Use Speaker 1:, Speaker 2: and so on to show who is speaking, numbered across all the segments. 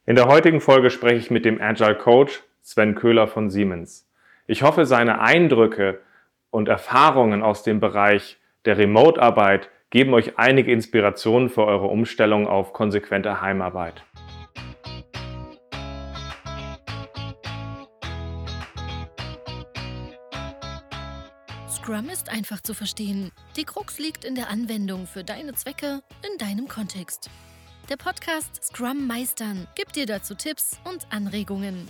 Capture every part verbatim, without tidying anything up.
Speaker 1: In der heutigen Folge spreche ich mit dem Agile Coach Sven Köhler von Siemens. Ich hoffe, seine Eindrücke und Erfahrungen aus dem Bereich der Remote-Arbeit geben euch einige Inspirationen für eure Umstellung auf konsequente Heimarbeit.
Speaker 2: Scrum ist einfach zu verstehen. Die Krux liegt in der Anwendung für deine Zwecke in deinem Kontext. Der Podcast Scrum Meistern gibt dir dazu Tipps und Anregungen.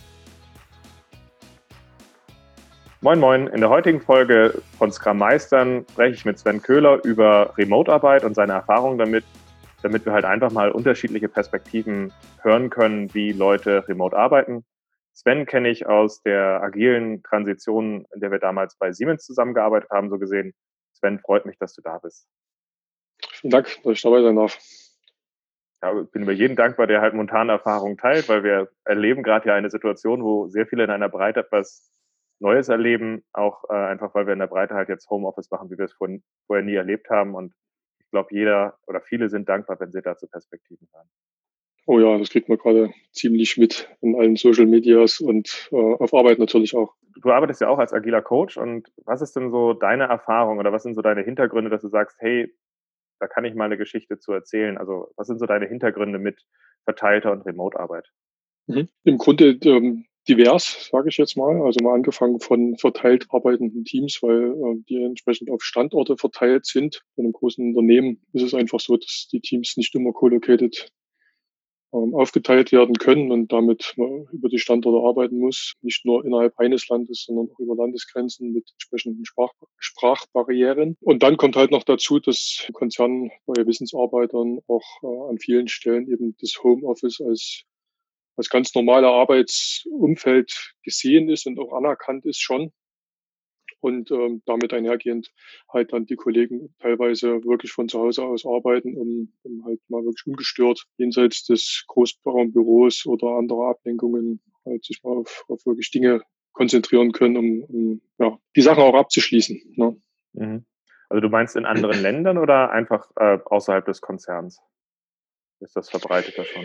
Speaker 1: Moin Moin, in der heutigen Folge von Scrum Meistern spreche ich mit Sven Köhler über Remote-Arbeit und seine Erfahrungen damit, damit wir halt einfach mal unterschiedliche Perspektiven hören können, wie Leute remote arbeiten. Sven kenne ich aus der agilen Transition, in der wir damals bei Siemens zusammengearbeitet haben, so gesehen. Sven, freut mich, dass du da bist.
Speaker 3: Vielen Dank, dass ich dabei sein darf.
Speaker 1: Ja, ich bin über jeden dankbar, der halt montane Erfahrungen teilt, weil wir erleben gerade ja eine Situation, wo sehr viele in einer Breite etwas Neues erleben, auch äh, einfach, weil wir in der Breite halt jetzt Homeoffice machen, wie wir es vor, vorher nie erlebt haben. Und ich glaube, jeder oder viele sind dankbar, wenn sie dazu Perspektiven haben.
Speaker 3: Oh ja, das kriegt man gerade ziemlich mit in allen Social Medias und äh, auf Arbeit natürlich auch.
Speaker 1: Du arbeitest ja auch als agiler Coach, und was ist denn so deine Erfahrung oder was sind so deine Hintergründe, dass du sagst, hey, da kann ich mal eine Geschichte zu erzählen? Also was sind so deine Hintergründe mit verteilter und Remote-Arbeit?
Speaker 3: Mhm. Im Grunde ähm, divers, sage ich jetzt mal. Also mal angefangen von verteilt arbeitenden Teams, weil äh, die entsprechend auf Standorte verteilt sind. In einem großen Unternehmen ist es einfach so, dass die Teams nicht immer co-located ähm, aufgeteilt werden können und damit man über die Standorte arbeiten muss. Nicht nur innerhalb eines Landes, sondern auch über Landesgrenzen mit entsprechenden Sprach Sprachbarrieren. Und dann kommt halt noch dazu, dass Konzern bei Wissensarbeitern auch äh, an vielen Stellen eben das Homeoffice als als ganz normale Arbeitsumfeld gesehen ist und auch anerkannt ist schon. Und ähm, damit einhergehend halt dann die Kollegen teilweise wirklich von zu Hause aus arbeiten, um, um halt mal wirklich ungestört jenseits des Großraumbüros oder anderer Ablenkungen halt sich mal auf, auf wirklich Dinge konzentrieren können, um, um ja, die Sachen auch abzuschließen. Ne?
Speaker 1: Mhm. Also du meinst in anderen Ländern oder einfach äh, außerhalb des Konzerns? Ist das verbreiteter schon?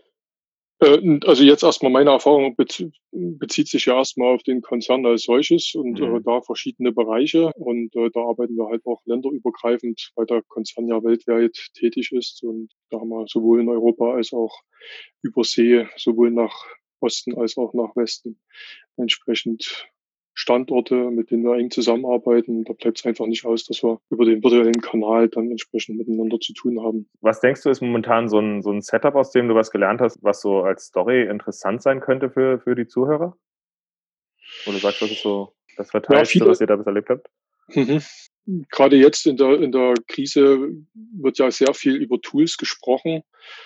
Speaker 3: Äh, Also jetzt erstmal meine Erfahrung bez- bezieht sich ja erstmal auf den Konzern als solches und äh,
Speaker 1: Mhm.
Speaker 3: da verschiedene Bereiche und äh, da arbeiten wir halt auch länderübergreifend, weil der Konzern ja weltweit tätig ist und da haben wir sowohl in Europa als auch über See, sowohl nach Osten als auch nach Westen entsprechend Standorte, mit denen wir eng zusammenarbeiten. Da bleibt es einfach nicht aus, dass wir über den virtuellen Kanal dann entsprechend miteinander zu tun haben.
Speaker 1: Was denkst du, ist momentan so ein, so ein Setup, aus dem du was gelernt hast, was so als Story interessant sein könnte für, für die Zuhörer? Wo du sagst, das ist so das
Speaker 3: Ja,
Speaker 1: Verteiltste,
Speaker 3: viele,
Speaker 1: was ihr da bis erlebt habt?
Speaker 3: Mhm. Gerade jetzt in der, in der Krise wird ja sehr viel über Tools gesprochen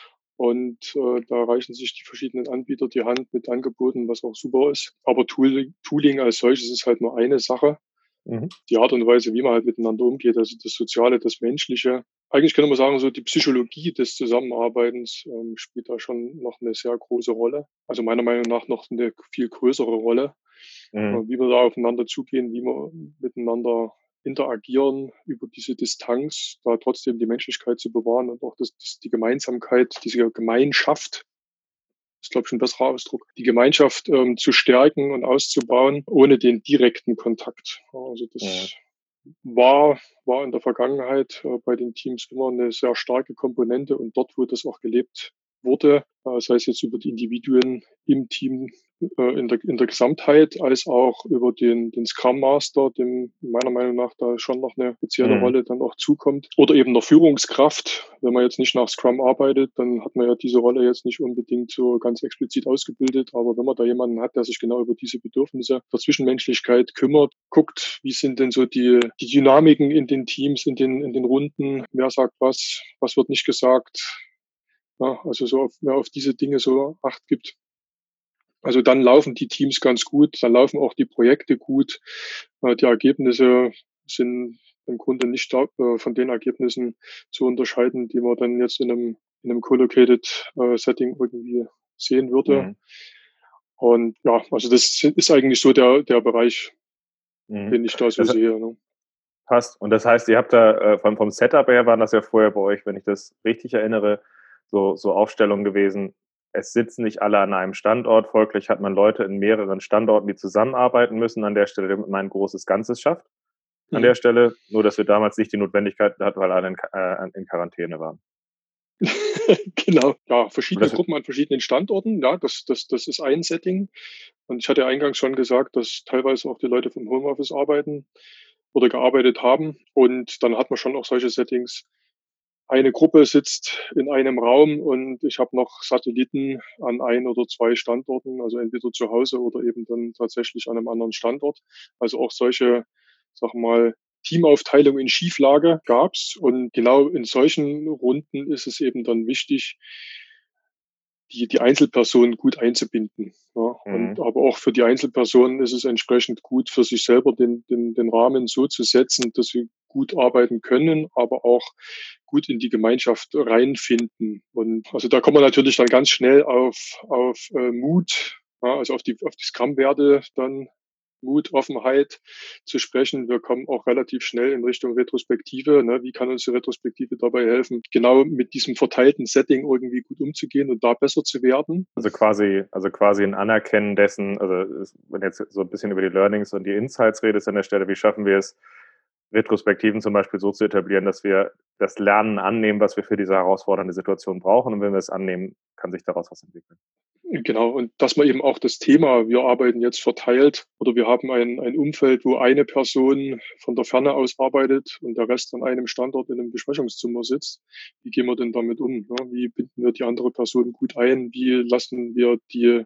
Speaker 3: und äh, da reichen sich die verschiedenen Anbieter die Hand mit Angeboten, was auch super ist. Aber Tool, Tooling als solches ist halt nur eine Sache.
Speaker 1: Mhm.
Speaker 3: Die Art und Weise, wie man halt miteinander umgeht, also das Soziale, das Menschliche. Eigentlich könnte man sagen, so die Psychologie des Zusammenarbeitens ähm, spielt da schon noch eine sehr große Rolle. Also meiner Meinung nach noch eine viel größere Rolle, äh,
Speaker 1: Mhm.
Speaker 3: wie wir da aufeinander zugehen, wie wir miteinander interagieren über diese Distanz, da trotzdem die Menschlichkeit zu bewahren und auch das, das, die Gemeinsamkeit, diese Gemeinschaft, ist, glaube ich, ein besserer Ausdruck, die Gemeinschaft ähm, zu stärken und auszubauen, ohne den direkten Kontakt. Also
Speaker 1: Mhm.
Speaker 3: das war, war in der Vergangenheit äh, bei den Teams immer eine sehr starke Komponente und dort, wo das auch gelebt wurde, äh, sei es jetzt über die Individuen im Team äh, in, der, in der Gesamtheit, als auch über den, den Scrum Master, dem meiner Meinung nach da schon noch eine spezielle
Speaker 1: Mhm.
Speaker 3: Rolle dann auch zukommt. Oder eben der Führungskraft. Wenn man jetzt nicht nach Scrum arbeitet, dann hat man ja diese Rolle jetzt nicht unbedingt so ganz explizit ausgebildet. Aber wenn man da jemanden hat, der sich genau über diese Bedürfnisse der Zwischenmenschlichkeit kümmert, guckt, wie sind denn so die, die Dynamiken in den Teams, in den, in den Runden, wer sagt was, was wird nicht gesagt, ja, also so auf, wer auf diese Dinge so Acht gibt. Also dann laufen die Teams ganz gut, dann laufen auch die Projekte gut. Äh, Die Ergebnisse sind im Grunde nicht da, äh, von den Ergebnissen zu unterscheiden, die man dann jetzt in einem, in einem co-located äh, Setting irgendwie sehen würde.
Speaker 1: Mhm.
Speaker 3: Und ja, also das ist eigentlich so der, der Bereich,
Speaker 1: Mhm.
Speaker 3: den ich da so
Speaker 1: Das
Speaker 3: sehe. Ne?
Speaker 1: passt. Und das heißt, ihr habt da äh, vom, vom Setup her waren das ja vorher bei euch, wenn ich das richtig erinnere, so, so Aufstellungen gewesen. es sitzen nicht alle an einem Standort, folglich hat man Leute in mehreren Standorten, die zusammenarbeiten müssen an der Stelle, damit man ein großes Ganzes schafft. An
Speaker 3: Mhm.
Speaker 1: der Stelle, nur dass wir damals nicht die Notwendigkeit hatten, weil alle in, äh, in Quarantäne waren.
Speaker 3: Genau, ja, verschiedene
Speaker 1: Das,
Speaker 3: Gruppen an verschiedenen Standorten, ja, das, das, das ist ein Setting. Und ich hatte eingangs schon gesagt, dass teilweise auch die Leute vom Homeoffice arbeiten oder gearbeitet haben. Und dann hat man schon auch solche Settings. Eine Gruppe sitzt in einem Raum und ich habe noch Satelliten an ein oder zwei Standorten, also entweder zu Hause oder eben dann tatsächlich an einem anderen Standort. Also auch solche, sag mal, Teamaufteilung in Schieflage gab's. Und genau in solchen Runden ist es eben dann wichtig, die, die Einzelpersonen gut einzubinden. Ja. Und
Speaker 1: mhm.
Speaker 3: aber auch für die Einzelpersonen ist es entsprechend gut, für sich selber den, den, den Rahmen so zu setzen, dass sie gut arbeiten können, aber auch gut in die Gemeinschaft reinfinden. Und also da kommen wir natürlich dann ganz schnell auf, auf äh, Mut, ja, also auf die, auf die Scrum-Werte dann Mut, Offenheit zu sprechen. Wir kommen auch relativ schnell in Richtung Retrospektive. Ne? Wie kann uns die Retrospektive dabei helfen, genau mit diesem verteilten Setting irgendwie gut umzugehen und da besser zu werden?
Speaker 1: Also quasi, also quasi ein Anerkennen dessen, also wenn jetzt so ein bisschen über die Learnings und die Insights redest an der Stelle, wie schaffen wir es, Retrospektiven zum Beispiel so zu etablieren, dass wir das Lernen annehmen, was wir für diese herausfordernde Situation brauchen. Und wenn wir es annehmen, kann sich daraus was entwickeln.
Speaker 3: Genau, und dass man eben auch das Thema, wir arbeiten jetzt verteilt oder wir haben ein, ein Umfeld, wo eine Person von der Ferne aus arbeitet und der Rest an einem Standort in einem Besprechungszimmer sitzt. Wie gehen wir denn damit um? Ne? Wie binden wir die andere Person gut ein? Wie lassen wir die,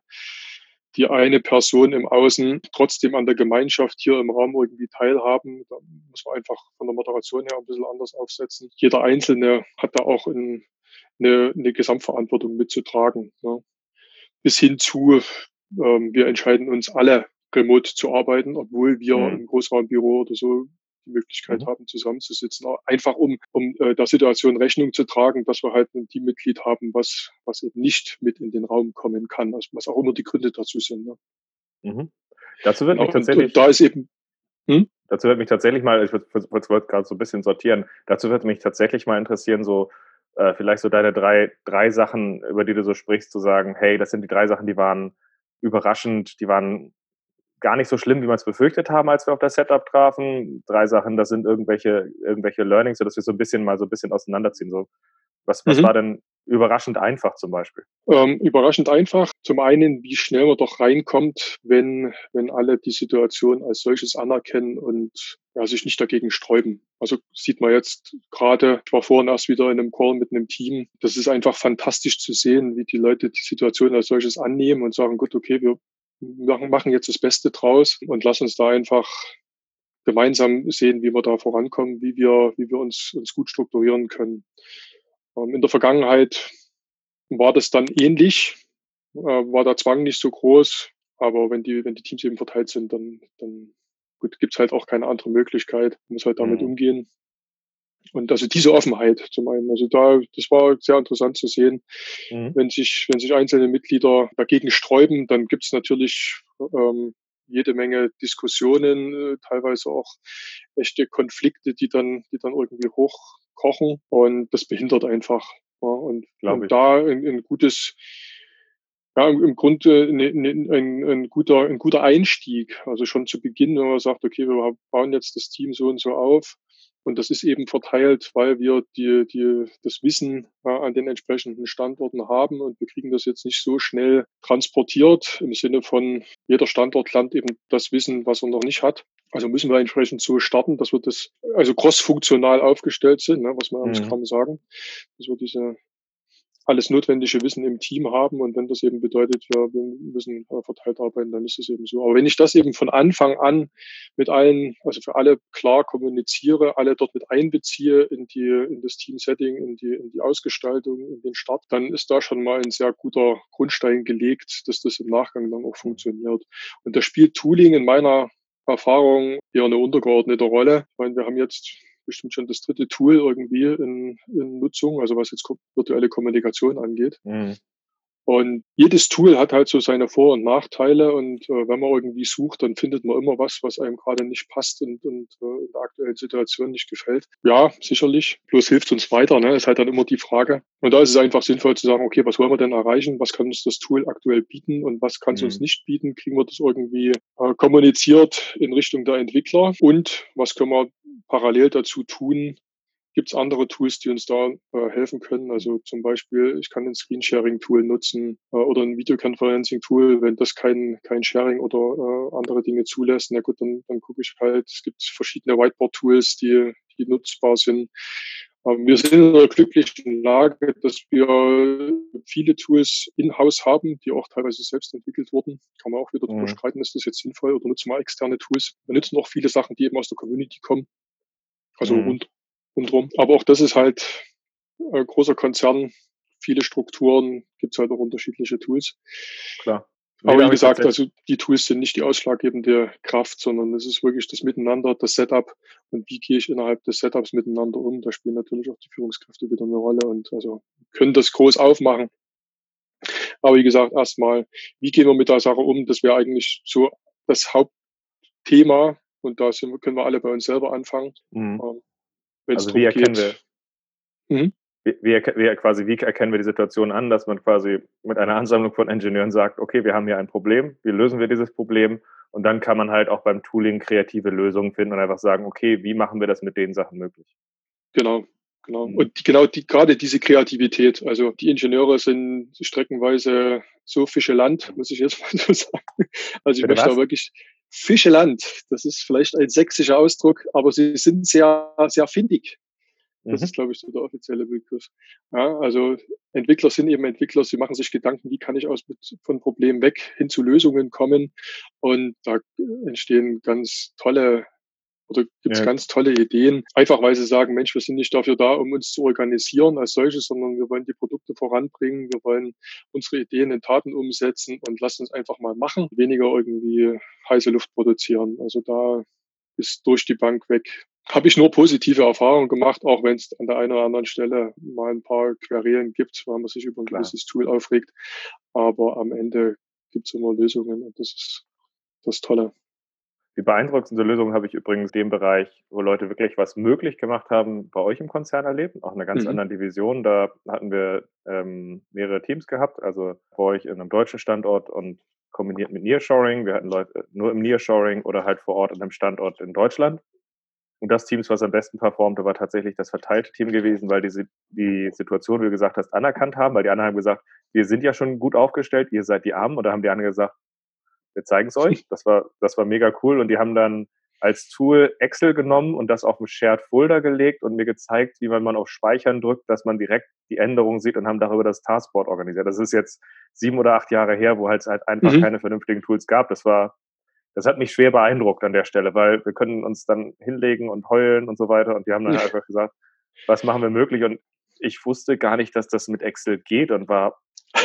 Speaker 3: die eine Person im Außen trotzdem an der Gemeinschaft hier im Raum irgendwie teilhaben? Da muss man einfach von der Moderation her ein bisschen anders aufsetzen. Jeder Einzelne hat da auch ein, eine, eine Gesamtverantwortung mitzutragen. Ne? Bis hin zu, ähm, wir entscheiden uns alle remote zu arbeiten, obwohl wir
Speaker 1: Mhm.
Speaker 3: im Großraumbüro oder so die Möglichkeit
Speaker 1: Mhm.
Speaker 3: haben, zusammenzusitzen. Einfach um, um äh, der Situation Rechnung zu tragen, dass wir halt ein Teammitglied haben, was, was eben nicht mit in den Raum kommen kann, also was auch immer die Gründe dazu sind. Ne?
Speaker 1: Mhm. Dazu wird
Speaker 3: Genau,
Speaker 1: mich
Speaker 3: und, und
Speaker 1: tatsächlich,
Speaker 3: da ist eben, hm?
Speaker 1: dazu wird mich tatsächlich mal, ich wollte gerade so ein bisschen sortieren, dazu wird mich tatsächlich mal interessieren, so äh, vielleicht so deine drei, drei Sachen, über die du so sprichst, zu sagen, hey, das sind die drei Sachen, die waren überraschend, die waren gar nicht so schlimm, wie wir es befürchtet haben, als wir auf das Setup trafen. Drei Sachen, das sind irgendwelche, irgendwelche Learnings, sodass wir so ein bisschen mal so ein bisschen auseinanderziehen. So, was, was war
Speaker 3: Mhm.
Speaker 1: denn überraschend einfach zum Beispiel?
Speaker 3: Ähm, überraschend einfach. Zum einen, wie schnell man doch reinkommt, wenn, wenn alle die Situation als solches anerkennen und ja, sich nicht dagegen sträuben. Also sieht man jetzt gerade, ich war vorhin erst wieder in einem Call mit einem Team. Das ist einfach fantastisch zu sehen, wie die Leute die Situation als solches annehmen und sagen, gut, okay, wir machen, machen jetzt das Beste draus und lass uns da einfach gemeinsam sehen, wie wir da vorankommen, wie wir, wie wir uns, uns gut strukturieren können. Ähm, in der Vergangenheit war das dann ähnlich, äh, war der Zwang nicht so groß, aber wenn die, wenn die Teams eben verteilt sind, dann, dann gut, gibt's halt auch keine andere Möglichkeit, man muss halt damit
Speaker 1: Mhm.
Speaker 3: umgehen. Und also diese Offenheit zum einen, also da, das war sehr interessant zu sehen.
Speaker 1: Mhm.
Speaker 3: Wenn sich, wenn sich einzelne Mitglieder dagegen sträuben, dann gibt's natürlich ähm, jede Menge Diskussionen, äh, teilweise auch echte Konflikte, die dann, die dann irgendwie hochkochen und das behindert einfach. Ja, und,
Speaker 1: Glaube
Speaker 3: und
Speaker 1: ich.
Speaker 3: da ein, ein gutes, ja, im im Grunde ne, ne, ein, ein, guter, ein guter Einstieg. Also schon zu Beginn, wenn man sagt, okay, wir bauen jetzt das Team so und so auf. Und das ist eben verteilt, weil wir die, die, das Wissen äh, an den entsprechenden Standorten haben und wir kriegen das jetzt nicht so schnell transportiert im Sinne von jeder Standort lernt eben das Wissen, was er noch nicht hat. Also müssen wir entsprechend so starten, dass wir das also cross-funktional aufgestellt sind, ne, was wir am
Speaker 1: Mhm.
Speaker 3: Scrum sagen, dass wir diese alles notwendige Wissen im Team haben und wenn das eben bedeutet, ja, wir müssen äh, verteilt arbeiten, dann ist es eben so. Aber wenn ich das eben von Anfang an mit allen, also für alle klar kommuniziere, alle dort mit einbeziehe in die, in das Team-Setting, in die, in die Ausgestaltung, in den Start, dann ist da schon mal ein sehr guter Grundstein gelegt, dass das im Nachgang dann auch funktioniert. Und da spielt Tooling in meiner Erfahrung eher eine untergeordnete Rolle. Ich meine, wir haben jetzt bestimmt schon das dritte Tool irgendwie in, in Nutzung, also was jetzt virtuelle Kommunikation angeht.
Speaker 1: Mhm.
Speaker 3: Und jedes Tool hat halt so seine Vor- und Nachteile und äh, wenn man irgendwie sucht, dann findet man immer was, was einem gerade nicht passt und, und äh, in der aktuellen Situation nicht gefällt. Ja, sicherlich. Bloß hilft uns weiter, ne? Ist halt dann immer die Frage. Und da ist es einfach sinnvoll zu sagen, okay, was wollen wir denn erreichen? Was kann uns das Tool aktuell bieten und was kann es uns
Speaker 1: Mhm.
Speaker 3: nicht bieten? Kriegen wir das irgendwie äh, kommuniziert in Richtung der Entwickler? Und was können wir parallel dazu tun? Gibt es andere Tools, die uns da äh, helfen können? Also zum Beispiel, ich kann ein Screensharing-Tool nutzen äh, oder ein Videoconferencing-Tool. Wenn das kein, kein Sharing oder äh, andere Dinge zulässt, na gut, dann, dann gucke ich halt, es gibt verschiedene Whiteboard-Tools, die, die nutzbar sind. Ähm, wir sind in einer glücklichen Lage, dass wir viele Tools in-house haben, die auch teilweise selbst entwickelt wurden. Kann man auch wieder drüber
Speaker 1: Mhm.
Speaker 3: streiten, ist das jetzt sinnvoll oder nutzen wir externe Tools? Wir nutzen auch viele Sachen, die eben aus der Community kommen. Also
Speaker 1: Mhm.
Speaker 3: rund, rundrum. Aber auch das ist halt äh, großer Konzern, viele Strukturen, gibt's halt auch unterschiedliche Tools.
Speaker 1: Klar. Nee,
Speaker 3: Aber
Speaker 1: da
Speaker 3: wie
Speaker 1: habe ich
Speaker 3: gesagt,
Speaker 1: tatsächlich.
Speaker 3: also die Tools sind nicht die ausschlaggebende Kraft, sondern es ist wirklich das Miteinander, das Setup und wie gehe ich innerhalb des Setups miteinander um. Da spielen natürlich auch die Führungskräfte wieder eine Rolle und also können das groß aufmachen. Aber wie gesagt, erstmal, wie gehen wir mit der Sache um? Das wäre eigentlich so das Hauptthema und da sind, wir- können wir alle bei uns selber anfangen,
Speaker 1: Mhm.
Speaker 3: ähm, wenn es
Speaker 1: Also wie
Speaker 3: darum
Speaker 1: erkennen wir,
Speaker 3: geht. Mhm.
Speaker 1: wie, wie, erke- wie quasi, wie erkennen wir die Situation an, dass man quasi mit einer Ansammlung von Ingenieuren sagt, okay, wir haben hier ein Problem, wie lösen wir dieses Problem? Und dann kann man halt auch beim Tooling kreative Lösungen finden und einfach sagen, okay, wie machen wir das mit den Sachen möglich?
Speaker 3: Genau, genau.
Speaker 1: Mhm.
Speaker 3: Und die, genau die, gerade diese Kreativität, also die Ingenieure sind streckenweise so Fischeland, muss ich jetzt mal so sagen. Also ich
Speaker 1: Bitte
Speaker 3: möchte da
Speaker 1: was?
Speaker 3: wirklich Fischeland, das ist vielleicht ein sächsischer Ausdruck, aber sie sind sehr, sehr findig. Das ist,
Speaker 1: Mhm.
Speaker 3: glaube ich, so der offizielle Begriff. Ja, also Entwickler sind eben Entwickler, sie machen sich Gedanken, wie kann ich aus mit, von Problemen weg hin zu Lösungen kommen. Und da entstehen ganz tolle oder gibt es
Speaker 1: Ja,
Speaker 3: ganz tolle Ideen, einfach weil sie sagen, Mensch, wir sind nicht dafür da, um uns zu organisieren als solches, sondern wir wollen die Produkte voranbringen, wir wollen unsere Ideen in Taten umsetzen und lassen uns einfach mal machen, weniger irgendwie heiße Luft produzieren. Also da ist durch die Bank weg. Habe ich nur positive Erfahrungen gemacht, auch wenn es an der einen oder anderen Stelle mal ein paar Querelen gibt, weil man sich über ein
Speaker 1: klar.
Speaker 3: gewisses Tool aufregt. Aber am Ende gibt es immer Lösungen und das ist das Tolle.
Speaker 1: Die beeindruckendste Lösung habe ich übrigens in dem Bereich, wo Leute wirklich was möglich gemacht haben, bei euch im Konzern erlebt, auch in einer ganz
Speaker 3: Mhm.
Speaker 1: anderen Division. Da hatten wir ähm, mehrere Teams gehabt, also bei euch in einem deutschen Standort und kombiniert mit Nearshoring. Wir hatten Leute nur im Nearshoring oder halt vor Ort an einem Standort in Deutschland. Und das Team, was am besten performte, war tatsächlich das verteilte Team gewesen, weil die, die Situation, wie du gesagt hast, anerkannt haben, weil die anderen haben gesagt, wir sind ja schon gut aufgestellt, ihr seid die Armen. Und da haben die anderen gesagt, wir zeigen es euch. Das war, das war mega cool. Und die haben dann als Tool Excel genommen und das auf ein Shared Folder gelegt und mir gezeigt, wie man auf Speichern drückt, dass man direkt die Änderungen sieht und haben darüber das Taskboard organisiert. Das ist jetzt sieben oder acht Jahre her, wo halt, halt einfach
Speaker 3: Mhm.
Speaker 1: keine vernünftigen Tools gab. Das war, das hat mich schwer beeindruckt an der Stelle, weil wir können uns dann hinlegen und heulen und so weiter. Und die haben dann halt einfach gesagt, was machen wir möglich? Und ich wusste gar nicht, dass das mit Excel geht und war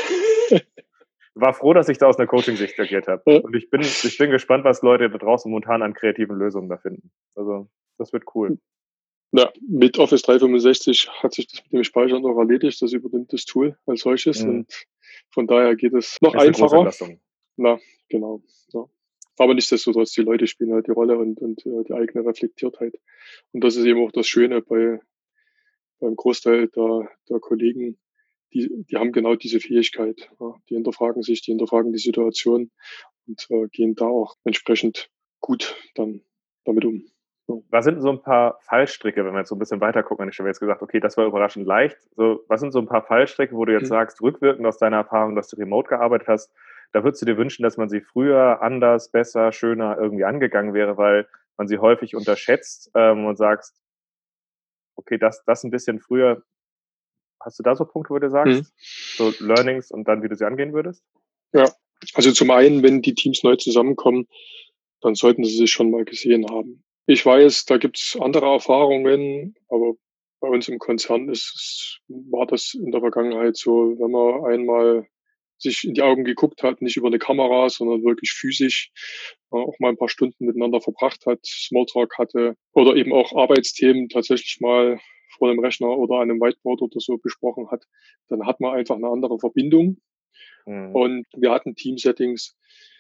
Speaker 1: war froh, dass ich da aus einer Coaching-Sicht agiert habe.
Speaker 3: Ja.
Speaker 1: Und ich bin, ich bin gespannt, was Leute da draußen momentan an kreativen Lösungen da finden. Also, das wird cool.
Speaker 3: Ja, mit Office dreihundertfünfundsechzig hat sich das mit dem Speichern noch erledigt. Das übernimmt das Tool als solches
Speaker 1: Mhm.
Speaker 3: und von daher geht es noch
Speaker 1: Ist eine große
Speaker 3: einfacher.
Speaker 1: Entlastung.
Speaker 3: Na, genau. Ja. Aber nichtsdestotrotz, die Leute spielen halt die Rolle und, und äh, die eigene Reflektiertheit. Und das ist eben auch das Schöne bei beim Großteil der, der Kollegen, die, die haben genau diese Fähigkeit. Ja. Die hinterfragen sich, die hinterfragen die Situation und äh, gehen da auch entsprechend gut dann damit um. Ja.
Speaker 1: Was sind so ein paar Fallstricke, wenn wir jetzt so ein bisschen weiter gucken? Ich habe jetzt gesagt, okay, das war überraschend leicht. So, was sind so ein paar Fallstricke, wo du jetzt
Speaker 3: Mhm.
Speaker 1: sagst, rückwirkend aus deiner Erfahrung, dass du remote gearbeitet hast, da würdest du dir wünschen, dass man sie früher anders, besser, schöner irgendwie angegangen wäre, weil man sie häufig unterschätzt ähm, und sagst, okay, das, das ein bisschen früher. Hast du da so Punkte, wo du
Speaker 3: Mhm.
Speaker 1: sagst, so Learnings und dann, wie du sie angehen würdest?
Speaker 3: Ja, also zum einen, wenn die Teams neu zusammenkommen, dann sollten sie sich schon mal gesehen haben. Ich weiß, da gibt's andere Erfahrungen, aber bei uns im Konzern ist es, war das in der Vergangenheit so, wenn man einmal sich in die Augen geguckt hat, nicht über eine Kamera, sondern wirklich physisch äh, auch mal ein paar Stunden miteinander verbracht hat, Smalltalk hatte oder eben auch Arbeitsthemen tatsächlich mal vor einem Rechner oder einem Whiteboard oder so besprochen hat, dann hat man einfach eine andere Verbindung.
Speaker 1: Mhm.
Speaker 3: Und wir hatten Teamsettings,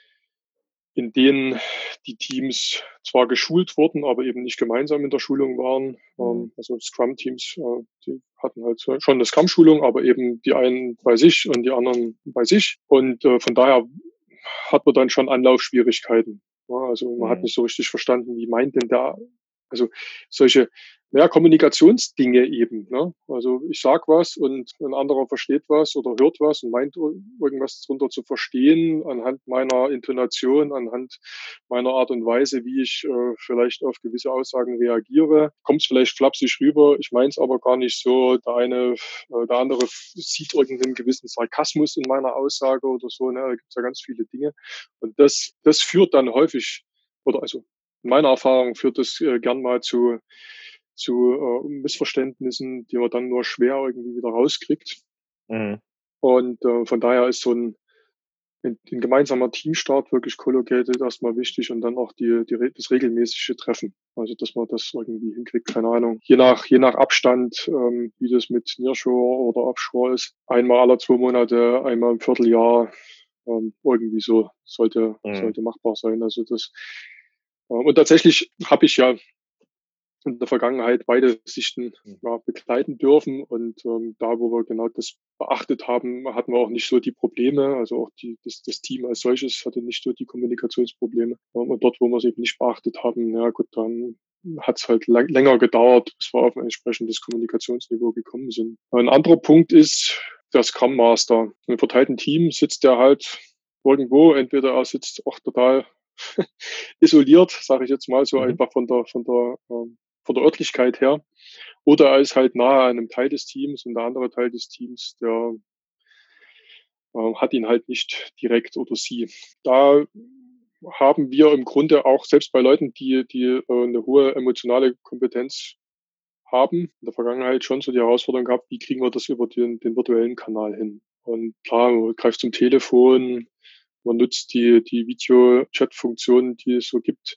Speaker 3: in denen die Teams zwar geschult wurden, aber eben nicht gemeinsam in der Schulung waren.
Speaker 1: Mhm.
Speaker 3: Also Scrum-Teams, äh, die hatten halt schon eine Scrum-Schulung, aber eben die einen bei sich und die anderen bei sich. Und äh, von daher hat man dann schon Anlaufschwierigkeiten. Ja, also man hat
Speaker 1: Mhm.
Speaker 3: nicht so richtig verstanden, wie meint denn der, also solche ja, Kommunikationsdinge eben. Ne? Also ich sag was und ein anderer versteht was oder hört was und meint irgendwas darunter zu verstehen anhand meiner Intonation, anhand meiner Art und Weise, wie ich äh, vielleicht auf gewisse Aussagen reagiere. Kommt es vielleicht flapsig rüber, ich meine es aber gar nicht so. Der eine, äh, der andere sieht irgendeinen gewissen Sarkasmus in meiner Aussage oder so. Ne? Da gibt es ja ganz viele Dinge. Und das, das führt dann häufig, oder also in meiner Erfahrung führt das äh, gern mal zu zu äh, Missverständnissen, die man dann nur schwer irgendwie wieder rauskriegt.
Speaker 1: Mhm.
Speaker 3: Und äh, von daher ist so ein, ein, ein gemeinsamer Teamstart wirklich collocated erstmal wichtig und dann auch die, die, das regelmäßige Treffen. Also dass man das irgendwie hinkriegt, keine Ahnung. Je nach, je nach Abstand, ähm, wie das mit Nearshore oder Offshore ist, einmal alle zwei Monate, einmal im Vierteljahr, ähm, irgendwie so sollte,
Speaker 1: Mhm.
Speaker 3: sollte machbar sein. Also das ähm, und tatsächlich habe ich ja in der Vergangenheit beide Sichten ja, begleiten dürfen. Und ähm, da, wo wir genau das beachtet haben, hatten wir auch nicht so die Probleme. Also auch die, das, das Team als solches hatte nicht so die Kommunikationsprobleme. Ähm, und dort, wo wir es eben nicht beachtet haben, ja gut, dann hat es halt lang, länger gedauert, bis wir auf ein entsprechendes Kommunikationsniveau gekommen sind. Ein anderer Punkt ist der Scrum Master. In einem verteilten Team sitzt der halt irgendwo, entweder er sitzt auch total isoliert, sage ich jetzt mal so,
Speaker 1: Mhm.
Speaker 3: einfach von der von der ähm, von der Örtlichkeit her. Oder er ist halt nahe an einem Teil des Teams und der andere Teil des Teams, der äh, hat ihn halt nicht direkt oder sie. Da haben wir im Grunde auch selbst bei Leuten, die, die äh, eine hohe emotionale Kompetenz haben, in der Vergangenheit schon so die Herausforderung gehabt, wie kriegen wir das über den, den virtuellen Kanal hin? Und klar, man greift zum Telefon, man nutzt die, die Video-Chat-Funktionen, die es so gibt.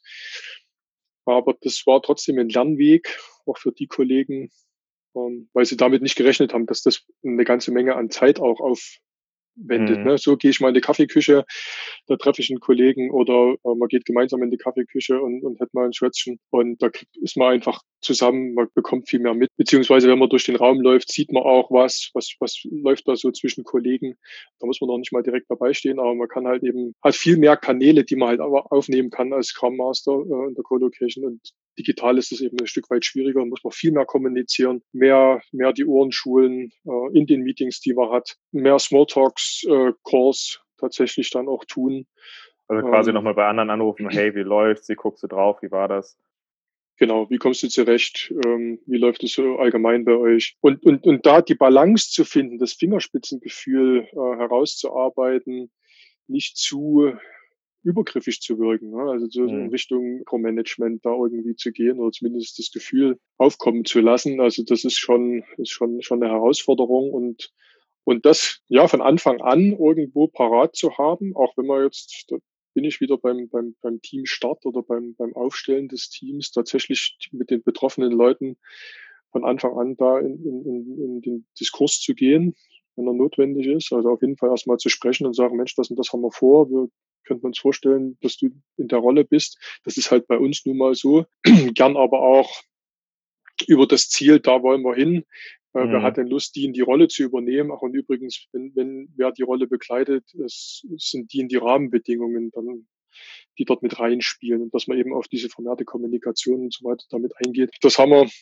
Speaker 3: Aber das war trotzdem ein Lernweg, auch für die Kollegen, ähm, weil sie damit nicht gerechnet haben, dass das eine ganze Menge an Zeit auch aufwendet.
Speaker 1: Mhm.
Speaker 3: Ne? So gehe ich mal in die Kaffeeküche, da treffe ich einen Kollegen oder äh, man geht gemeinsam in die Kaffeeküche und, und hat mal ein Schwätzchen. Und da ist man einfach zusammen, man bekommt viel mehr mit. Beziehungsweise, wenn man durch den Raum läuft, sieht man auch, was, was, was läuft da so zwischen Kollegen. Da muss man noch nicht mal direkt dabei stehen, aber man kann halt eben, hat viel mehr Kanäle, die man halt aber aufnehmen kann als Scrum Master äh, in der Co-Location. Und digital ist es eben ein Stück weit schwieriger, muss man viel mehr kommunizieren, mehr, mehr die Ohren schulen äh, in den Meetings, die man hat, mehr Smalltalks, äh, Calls tatsächlich dann auch tun.
Speaker 1: Also quasi
Speaker 3: Ähm,
Speaker 1: nochmal bei anderen anrufen, hey, wie läuft's? Wie guckst du drauf? Wie war das?
Speaker 3: Genau, wie kommst du zurecht? Ähm, wie läuft es so allgemein bei euch? Und, und, und da die Balance zu finden, das Fingerspitzengefühl äh, herauszuarbeiten, nicht zu übergriffig zu wirken, ne? Also so in
Speaker 1: Mhm.
Speaker 3: Richtung Mikromanagement da irgendwie zu gehen oder zumindest das Gefühl aufkommen zu lassen. Also das ist schon, ist schon, schon eine Herausforderung und und das ja von Anfang an irgendwo parat zu haben, auch wenn man jetzt, da bin ich wieder beim, beim, beim Teamstart oder beim, beim Aufstellen des Teams, tatsächlich mit den betroffenen Leuten von Anfang an da in, in, in in den Diskurs zu gehen, wenn er notwendig ist. Also auf jeden Fall erstmal zu sprechen und sagen, Mensch, das und das haben wir vor. Wir könnten uns vorstellen, dass du in der Rolle bist. Das ist halt bei uns nun mal so. Gern aber auch über das Ziel, da wollen wir hin. Äh, wer
Speaker 1: Mhm.
Speaker 3: hat denn Lust, die in die Rolle zu übernehmen? Ach, und übrigens, wenn, wenn wer die Rolle bekleidet, es sind die in die Rahmenbedingungen dann, die dort mit reinspielen und dass man eben auf diese vermehrte Kommunikation und so weiter damit eingeht. Das haben wir,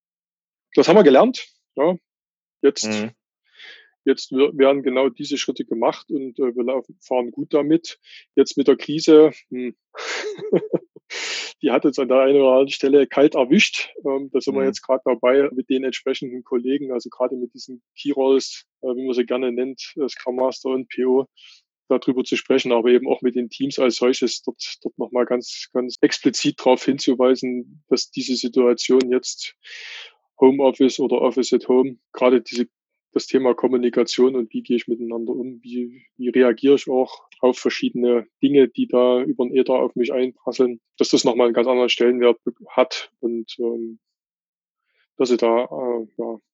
Speaker 3: das haben wir gelernt. Ja. Jetzt,
Speaker 1: Mhm.
Speaker 3: jetzt werden genau diese Schritte gemacht und äh, wir laufen, fahren gut damit. Jetzt mit der Krise, hm, die hat uns an der einen oder anderen Stelle kalt erwischt. Ähm, da sind wir
Speaker 1: Mhm.
Speaker 3: jetzt gerade dabei, mit den entsprechenden Kollegen, also gerade mit diesen Key Roles, äh, wie man sie gerne nennt, äh, Scrum Master und P O, darüber zu sprechen, aber eben auch mit den Teams als solches, dort, dort nochmal ganz, ganz explizit darauf hinzuweisen, dass diese Situation jetzt Homeoffice oder Office at Home, gerade diese das Thema Kommunikation und wie gehe ich miteinander um, wie, wie reagiere ich auch auf verschiedene Dinge, die da über den Äther auf mich einprasseln, dass das nochmal einen ganz anderen Stellenwert hat und ähm, dass ich da äh, ja,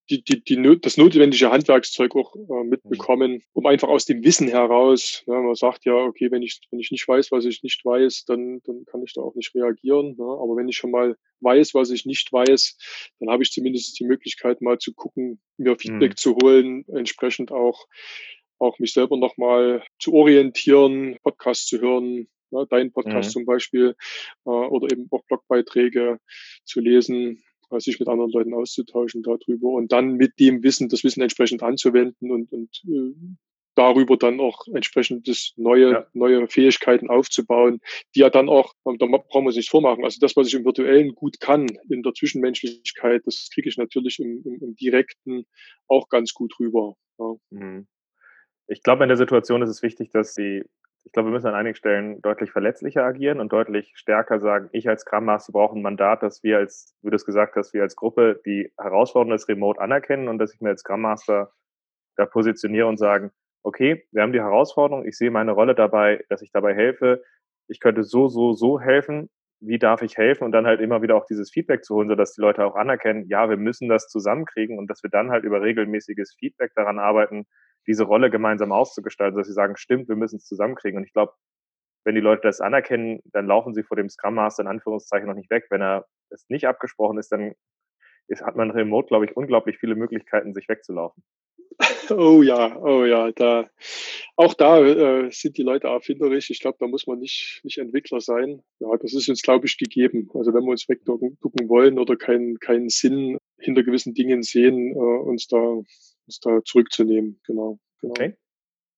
Speaker 3: die, die, die, not- das notwendige Handwerkszeug auch äh, mitbekommen, um einfach aus dem Wissen heraus, ne, man sagt ja, okay, wenn ich, wenn ich nicht weiß, was ich nicht weiß, dann, dann kann ich da auch nicht reagieren. Ne? Aber wenn ich schon mal weiß, was ich nicht weiß, dann habe ich zumindest die Möglichkeit, mal zu gucken, mir Feedback
Speaker 1: Mhm.
Speaker 3: zu holen, entsprechend auch, auch mich selber nochmal zu orientieren, Podcasts zu hören, ne, deinen Podcast
Speaker 1: Mhm.
Speaker 3: zum Beispiel, äh, oder eben auch Blogbeiträge zu lesen, äh, sich mit anderen Leuten auszutauschen darüber und dann mit dem Wissen, das Wissen entsprechend anzuwenden und, und äh, darüber dann auch entsprechend das neue,
Speaker 1: Ja.
Speaker 3: neue Fähigkeiten aufzubauen, die ja dann auch, da brauchen wir es nicht vormachen, also das, was ich im Virtuellen gut kann, in der Zwischenmenschlichkeit, das kriege ich natürlich im, im, im Direkten auch ganz gut rüber. Ja.
Speaker 1: Mhm. Ich glaube, in der Situation ist es wichtig, dass sie ich glaube, wir müssen an einigen Stellen deutlich verletzlicher agieren und deutlich stärker sagen: „Ich als Scrum Master brauche ein Mandat, dass wir als“, wie du es gesagt hast, „wir als Gruppe die Herausforderung des Remote anerkennen und dass ich mir als Scrum Master da positioniere und sagen: „Okay, wir haben die Herausforderung. Ich sehe meine Rolle dabei, dass ich dabei helfe. Ich könnte so, so, so helfen. Wie darf ich helfen?“ Und dann halt immer wieder auch dieses Feedback zu holen, sodass die Leute auch anerkennen: „Ja, wir müssen das zusammenkriegen“, und dass wir dann halt über regelmäßiges Feedback daran arbeiten, diese Rolle gemeinsam auszugestalten, dass sie sagen: „Stimmt, wir müssen es zusammenkriegen.“ Und ich glaube, wenn die Leute das anerkennen, dann laufen sie vor dem Scrum Master in Anführungszeichen noch nicht weg. Wenn er es nicht abgesprochen ist, dann ist hat man remote, glaube ich, unglaublich viele Möglichkeiten, sich wegzulaufen.
Speaker 3: Oh ja, oh ja, da auch da äh, sind die Leute erfinderisch. Ich glaube, da muss man nicht, nicht Entwickler sein. Ja, das ist uns, glaube ich, gegeben. Also wenn wir uns wegducken ducken wollen oder keinen keinen Sinn hinter gewissen Dingen sehen, äh, uns da uns da zurückzunehmen. Genau, genau.
Speaker 1: Okay.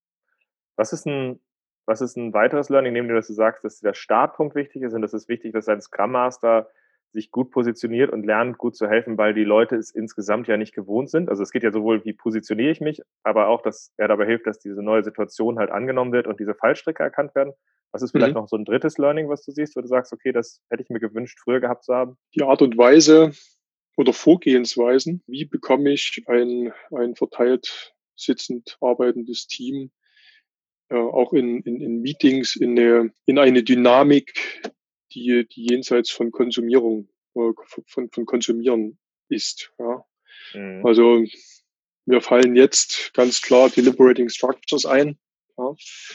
Speaker 1: Was ist 'n was ist 'n weiteres Learning neben dem, dass du sagst, dass der Startpunkt wichtig ist und es ist wichtig, dass ein Scrum Master sich gut positioniert und lernt, gut zu helfen, weil die Leute es insgesamt ja nicht gewohnt sind. Also, es geht ja sowohl, wie positioniere ich mich, aber auch, dass er dabei hilft, dass diese neue Situation halt angenommen wird und diese Fallstricke erkannt werden. Was ist vielleicht
Speaker 3: Mhm.
Speaker 1: noch so 'n drittes Learning, was du siehst, wo du sagst: „Okay, das hätte ich mir gewünscht, früher gehabt zu haben?“
Speaker 3: Die Art und Weise oder Vorgehensweisen, wie bekomme ich ein, ein verteilt sitzend arbeitendes Team äh, auch in, in, in Meetings in eine, in eine Dynamik, die, die jenseits von Konsumierung, äh, von, von Konsumieren ist. Ja.
Speaker 1: Mhm.
Speaker 3: Also mir fallen jetzt ganz klar die Liberating Structures ein, ja,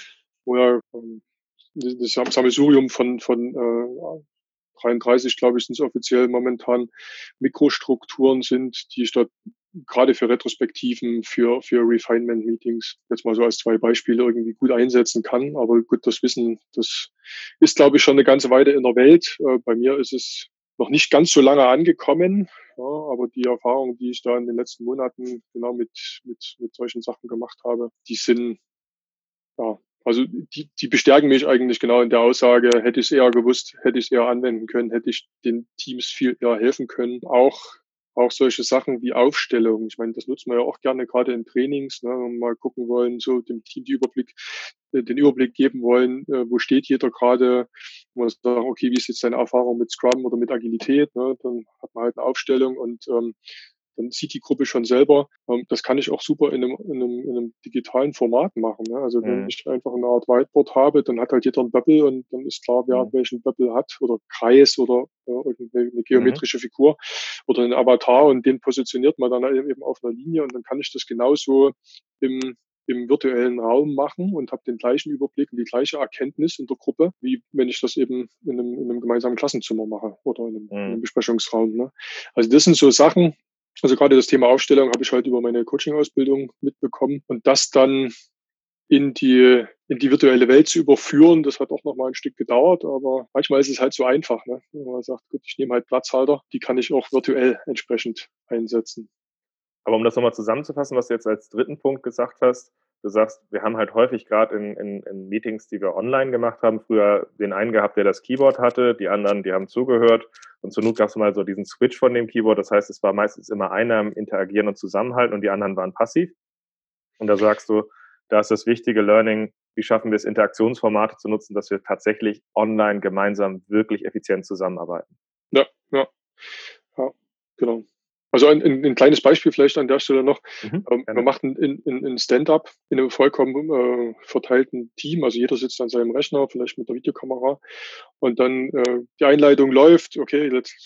Speaker 3: wo ja ähm, das Sammelsurium von, von äh, dreiunddreißig, glaube ich, sind es offiziell momentan, Mikrostrukturen sind, die ich dort gerade für Retrospektiven, für, für Refinement-Meetings jetzt mal so als zwei Beispiele irgendwie gut einsetzen kann. Aber gut, das Wissen, das ist, glaube ich, schon eine ganze Weile in der Welt. Äh, bei mir ist es noch nicht ganz so lange angekommen, ja, aber die Erfahrungen, die ich da in den letzten Monaten genau mit, mit, mit solchen Sachen gemacht habe, die sind ja, also die, die bestärken mich eigentlich genau in der Aussage, hätte ich es eher gewusst, hätte ich es eher anwenden können, hätte ich den Teams viel eher helfen können. Auch, auch solche Sachen wie Aufstellung. Ich meine, das nutzen wir ja auch gerne, gerade in Trainings, ne, wenn wir mal gucken wollen, so dem Team die Überblick, äh, den Überblick geben wollen, äh, wo steht jeder gerade, wo wir sagen, okay, wie ist jetzt deine Erfahrung mit Scrum oder mit Agilität, ne, dann hat man halt eine Aufstellung und ähm, dann sieht die Gruppe schon selber. Ähm, das kann ich auch super in einem, in einem, in einem digitalen Format machen. Ne? Also wenn
Speaker 1: Mhm.
Speaker 3: ich einfach eine Art Whiteboard habe, dann hat halt jeder ein Bubble und dann ist klar, wer
Speaker 1: Mhm.
Speaker 3: welchen Bubble hat oder Kreis oder äh, irgendeine eine
Speaker 1: Mhm.
Speaker 3: geometrische Figur oder ein Avatar und den positioniert man dann eben auf einer Linie und dann kann ich das genauso im im virtuellen Raum machen und habe den gleichen Überblick und die gleiche Erkenntnis in der Gruppe, wie wenn ich das eben in einem, in einem gemeinsamen Klassenzimmer mache oder in einem, in einem
Speaker 1: Mhm.
Speaker 3: Besprechungsraum. Ne? Also das sind so Sachen, also gerade das Thema Aufstellung habe ich halt über meine Coaching-Ausbildung mitbekommen und das dann in die in die virtuelle Welt zu überführen, das hat auch noch mal ein Stück gedauert, aber manchmal ist es halt so einfach, ne? Wenn man sagt, gut, ich nehme halt Platzhalter, die kann ich auch virtuell entsprechend einsetzen.
Speaker 1: Aber um das nochmal zusammenzufassen, was du jetzt als dritten Punkt gesagt hast, du sagst, wir haben halt häufig gerade in, in, in Meetings, die wir online gemacht haben, früher den einen gehabt, der das Keyboard hatte, die anderen, die haben zugehört und zur Not gab es mal so diesen Switch von dem Keyboard. Das heißt, es war meistens immer einer im Interagieren und Zusammenhalten und die anderen waren passiv. Und da sagst du, da ist das wichtige Learning, wie schaffen wir es, Interaktionsformate zu nutzen, dass wir tatsächlich online gemeinsam wirklich effizient zusammenarbeiten.
Speaker 3: Ja, ja, ja, genau. Also ein, ein, ein kleines Beispiel vielleicht an der Stelle noch.
Speaker 1: Mhm,
Speaker 3: Ähm, wir
Speaker 1: gerne.
Speaker 3: machen in, in, in Stand-up in einem vollkommen äh, verteilten Team. Also jeder sitzt an seinem Rechner, vielleicht mit der Videokamera. Und dann äh, die Einleitung läuft, okay, jetzt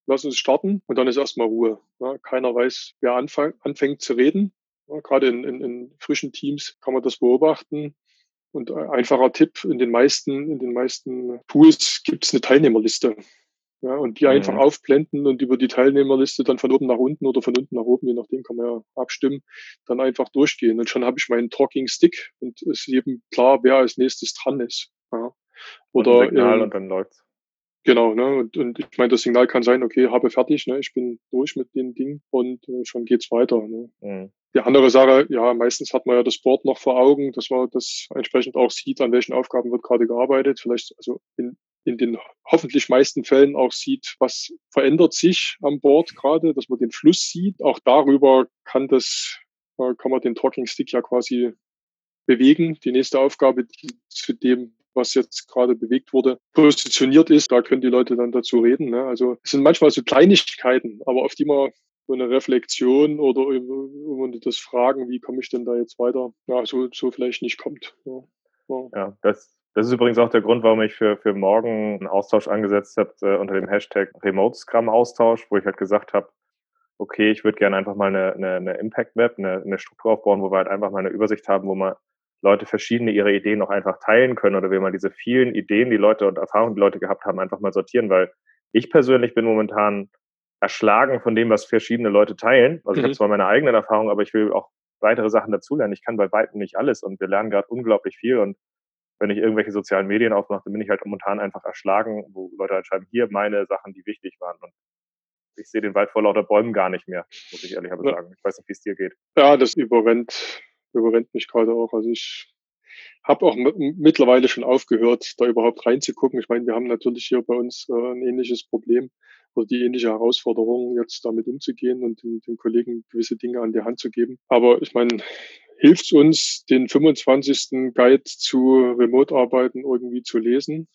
Speaker 3: lass uns starten und dann ist erstmal Ruhe. Ja, keiner weiß, wer anfang, anfängt zu reden. Ja, gerade in, in, in frischen Teams kann man das beobachten. Und ein einfacher Tipp, in den meisten, in den meisten Tools gibt es eine Teilnehmerliste. Ja, und die einfach
Speaker 1: Mhm.
Speaker 3: aufblenden und über die Teilnehmerliste dann von oben nach unten oder von unten nach oben, je nachdem kann man ja abstimmen, dann einfach durchgehen. Und schon habe ich meinen Talking Stick und es ist eben klar, wer als nächstes dran ist. Ja.
Speaker 1: Und ein
Speaker 3: Oder
Speaker 1: Signal
Speaker 3: ähm,
Speaker 1: und dann läuft's.
Speaker 3: genau, ne? Und, und ich meine, das Signal kann sein, okay, habe fertig, ne? Ich bin durch mit den Dingen und äh, schon geht's weiter. Ne?
Speaker 1: Mhm.
Speaker 3: Die andere Sache, ja, meistens hat man ja das Board noch vor Augen, dass man das entsprechend auch sieht, an welchen Aufgaben wird gerade gearbeitet. Vielleicht, also in, in den hoffentlich meisten Fällen auch sieht, was verändert sich am Board gerade, dass man den Fluss sieht. Auch darüber kann das, äh, kann man den Talking Stick ja quasi bewegen. Die nächste Aufgabe, die zu dem, was jetzt gerade bewegt wurde, positioniert ist, da können die Leute dann dazu reden. Ne? Also es sind manchmal so Kleinigkeiten, aber auf die man so eine Reflexion oder um das Fragen, wie komme ich denn da jetzt weiter, ja, so, so vielleicht nicht kommt. Ja, ja.
Speaker 1: Ja, das, das ist übrigens auch der Grund, warum ich für, für morgen einen Austausch angesetzt habe äh, unter dem Hashtag Remote Scrum Austausch, wo ich halt gesagt habe, okay, ich würde gerne einfach mal eine, eine, eine Impact Map, eine, eine Struktur aufbauen, wo wir halt einfach mal eine Übersicht haben, wo man Leute verschiedene ihre Ideen auch einfach teilen können oder wie man diese vielen Ideen, die Leute und Erfahrungen, die Leute gehabt haben, einfach mal sortieren, weil ich persönlich bin momentan erschlagen von dem, was verschiedene Leute teilen. Also ich habe
Speaker 3: Mhm.
Speaker 1: zwar meine eigenen Erfahrungen, aber ich will auch weitere Sachen dazulernen. Ich kann bei weitem nicht alles und wir lernen gerade unglaublich viel und wenn ich irgendwelche sozialen Medien aufmache, dann bin ich halt momentan einfach erschlagen, wo Leute halt schreiben, hier meine Sachen, die wichtig waren. Und ich sehe den Wald vor lauter Bäumen gar nicht mehr, muss ich ehrlich aber
Speaker 3: Ja,
Speaker 1: sagen. Ich weiß nicht, wie es dir geht.
Speaker 3: ja, das überrennt, überrennt mich gerade auch. Also ich habe auch m- mittlerweile schon aufgehört, da überhaupt reinzugucken. Ich meine, wir haben natürlich hier bei uns äh, ein ähnliches Problem oder die ähnliche Herausforderung, jetzt damit umzugehen und den, den Kollegen gewisse Dinge an die Hand zu geben. Aber ich meine, hilft uns, den fünfundzwanzigsten Guide zu Remote-Arbeiten irgendwie zu lesen?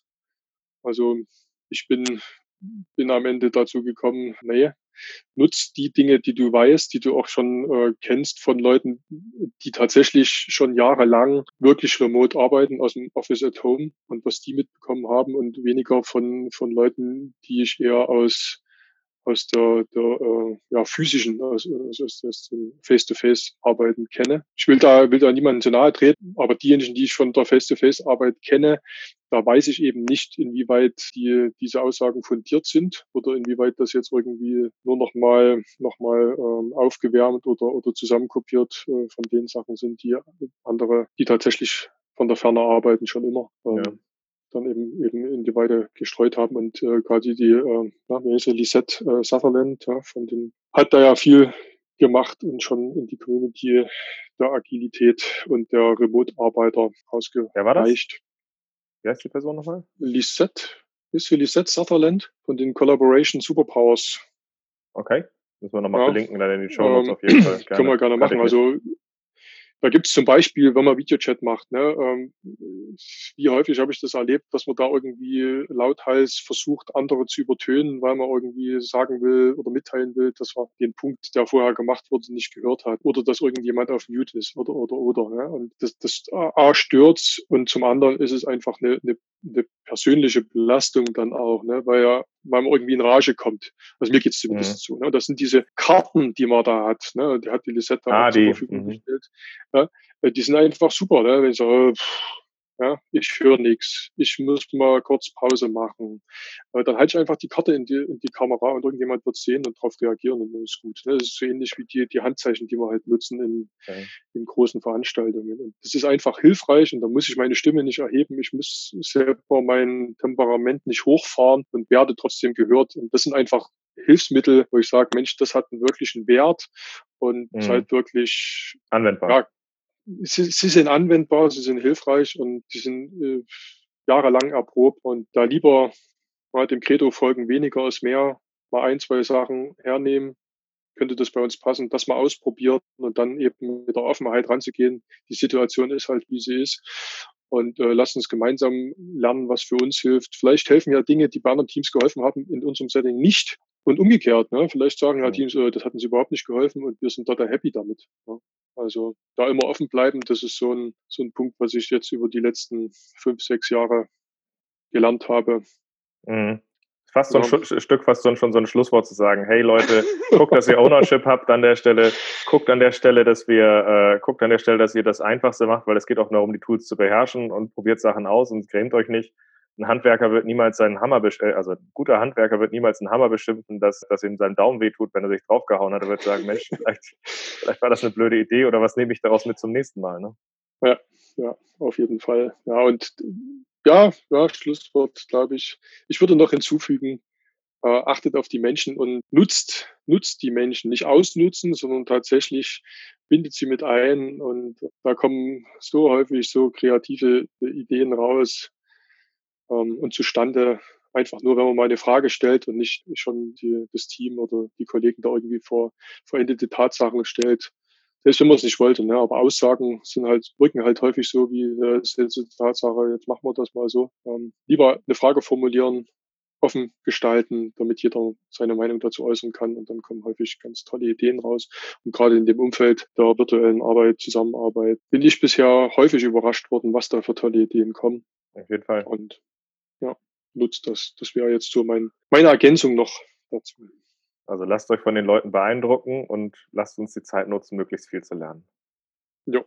Speaker 3: Also ich bin, bin am Ende dazu gekommen, nee, nutz die Dinge, die du weißt, die du auch schon äh, kennst von Leuten, die tatsächlich schon jahrelang wirklich remote arbeiten aus dem Office at Home und was die mitbekommen haben und weniger von, von Leuten, die ich eher aus aus der, der äh, ja, physischen, aus, aus, aus, aus dem Face-to-Face-Arbeiten kenne. Ich will da, will da niemandem zu nahe treten, aber diejenigen, die ich von der Face-to-Face-Arbeit kenne, da weiß ich eben nicht, inwieweit die, diese Aussagen fundiert sind oder inwieweit das jetzt irgendwie nur nochmal noch mal, ähm, aufgewärmt oder, oder zusammenkopiert äh, von den Sachen sind, die andere, die tatsächlich von der Ferne arbeiten, schon immer ähm,
Speaker 1: Ja.
Speaker 3: dann eben eben in die Weite gestreut haben. Und äh, gerade die, äh, ja, wie heißt sie, Lisette äh, Sutherland, ja, von den, hat da ja viel gemacht und schon in die Community der Agilität und der Remote-Arbeiter
Speaker 1: Wer war das?
Speaker 3: ausgereicht.
Speaker 1: Wie heißt die Person nochmal?
Speaker 3: Lisette, ist sie Lisette Sutherland von den Collaboration Superpowers.
Speaker 1: Okay. Müssen wir nochmal
Speaker 3: Ja,
Speaker 1: verlinken, dann in die Shownotes
Speaker 3: ähm,
Speaker 1: auf jeden Fall.
Speaker 3: können
Speaker 1: Gerne.
Speaker 3: wir gerne
Speaker 1: Kannte
Speaker 3: machen.
Speaker 1: ich nicht.
Speaker 3: Also da gibt es zum Beispiel, wenn man Videochat macht, ne, ähm, wie häufig habe ich das erlebt, dass man da irgendwie lauthals versucht, andere zu übertönen, weil man irgendwie sagen will oder mitteilen will, dass man den Punkt, der vorher gemacht wurde, nicht gehört hat oder dass irgendjemand auf Mute ist oder oder oder. Ne? Und das, das A stört und zum anderen ist es einfach eine, eine, eine persönliche Belastung dann auch, ne, weil ja weil man irgendwie in Rage kommt. Also mir geht's
Speaker 1: Mhm.
Speaker 3: zumindest so. Ne? Das sind diese Karten, die man da hat. Ne? Die hat die Lisette auch
Speaker 1: Ah,
Speaker 3: zur
Speaker 1: die.
Speaker 3: Verfügung
Speaker 1: Mhm.
Speaker 3: gestellt. Ja? Die sind einfach super. Ne? Wenn ich sage, ja, ich höre nichts, ich muss mal kurz Pause machen. Äh, dann halte ich einfach die Karte in die, in die Kamera und irgendjemand wird sehen und darauf reagieren und dann ist gut. Ne? Das ist so ähnlich wie die, die Handzeichen, die wir halt nutzen in,
Speaker 1: Okay.
Speaker 3: in großen Veranstaltungen. Und das ist einfach hilfreich und da muss ich meine Stimme nicht erheben. Ich muss selber mein Temperament nicht hochfahren und werde trotzdem gehört. Und das sind einfach Hilfsmittel, wo ich sage, Mensch, das hat einen wirklichen Wert und ist
Speaker 1: Mhm.
Speaker 3: halt wirklich,
Speaker 1: Anwendbar.
Speaker 3: ja, sie, sie sind anwendbar, sie sind hilfreich und die sind äh, jahrelang erprobt und da lieber mal dem Credo folgen, weniger ist mehr, mal ein, zwei Sachen hernehmen, könnte das bei uns passen, das mal ausprobieren und dann eben mit der Offenheit ranzugehen. Die Situation ist halt, wie sie ist. Und äh, lasst uns gemeinsam lernen, was für uns hilft. Vielleicht helfen ja Dinge, die bei anderen Teams geholfen haben, in unserem Setting nicht. Und umgekehrt, ne? Vielleicht sagen ja
Speaker 1: Mhm.
Speaker 3: Teams, äh, das hat uns überhaupt nicht geholfen und wir sind total happy damit. Ne? Also da immer offen bleiben, das ist so ein, so ein Punkt, was ich jetzt über die letzten fünf, sechs Jahre gelernt habe.
Speaker 1: Mhm. Fast so ein ja. Sch- Stück, fast so ein, schon so ein Schlusswort zu sagen, hey Leute, guckt, dass ihr Ownership habt an der Stelle, guckt an der Stelle, dass wir, äh, guckt an der Stelle, dass ihr das Einfachste macht, weil es geht auch nur um die Tools zu beherrschen und probiert Sachen aus und grämt euch nicht. Ein Handwerker wird niemals seinen Hammer, besch- äh, also ein guter Handwerker wird niemals einen Hammer beschimpfen, dass, dass ihm sein Daumen wehtut, wenn er sich draufgehauen hat. Er wird sagen, Mensch, vielleicht, vielleicht war das eine blöde Idee oder was nehme ich daraus mit zum nächsten Mal, ne?
Speaker 3: Ja, ja, auf jeden Fall. Ja, und ja, ja, Schlusswort, glaube ich. Ich würde noch hinzufügen, äh, achtet auf die Menschen und nutzt, nutzt die Menschen. Nicht ausnutzen, sondern tatsächlich bindet sie mit ein. Und da kommen so häufig so kreative Ideen raus ähm, und zustande, einfach nur, wenn man mal eine Frage stellt und nicht schon die, das Team oder die Kollegen da irgendwie vor vollendete Tatsachen stellt. Selbst wenn man es nicht wollte, ne? Aber Aussagen sind halt, wirken halt häufig so wie, äh, das ist jetzt eine Tatsache, jetzt machen wir das mal so. Ähm, lieber eine Frage formulieren, offen gestalten, damit jeder seine Meinung dazu äußern kann und dann kommen häufig ganz tolle Ideen raus. Und gerade in dem Umfeld der virtuellen Arbeit, Zusammenarbeit, bin ich bisher häufig überrascht worden, was da für tolle Ideen kommen.
Speaker 1: Auf jeden Fall.
Speaker 3: Und ja, nutzt das. Das wäre jetzt so mein, meine Ergänzung noch dazu.
Speaker 1: Also lasst euch von den Leuten beeindrucken und lasst uns die Zeit nutzen, möglichst viel zu lernen.
Speaker 3: Ja.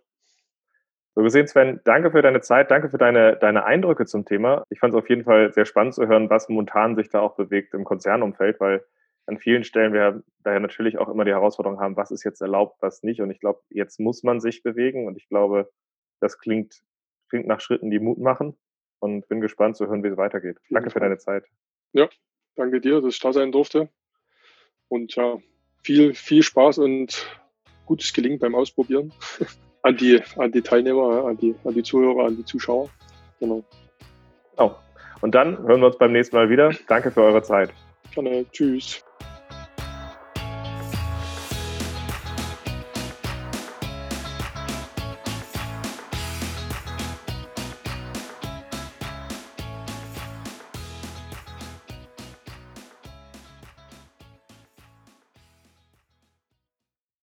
Speaker 1: So gesehen, Sven, danke für deine Zeit, danke für deine, deine Eindrücke zum Thema. Ich fand es auf jeden Fall sehr spannend zu hören, was momentan sich da auch bewegt im Konzernumfeld, weil an vielen Stellen wir daher natürlich auch immer die Herausforderung haben, was ist jetzt erlaubt, was nicht. Und ich glaube, jetzt muss man sich bewegen und ich glaube, das klingt, klingt nach Schritten, die Mut machen und bin gespannt zu hören, wie es weitergeht. Danke für deine Zeit.
Speaker 3: Ja, danke dir, dass ich da sein durfte. Und ja, viel, viel Spaß und gutes Gelingen beim Ausprobieren. An die, an die Teilnehmer, an die, an die Zuhörer, an die Zuschauer. Genau.
Speaker 1: Genau. Und dann hören wir uns beim nächsten Mal wieder. Danke für eure Zeit.
Speaker 3: Gerne. Tschüss.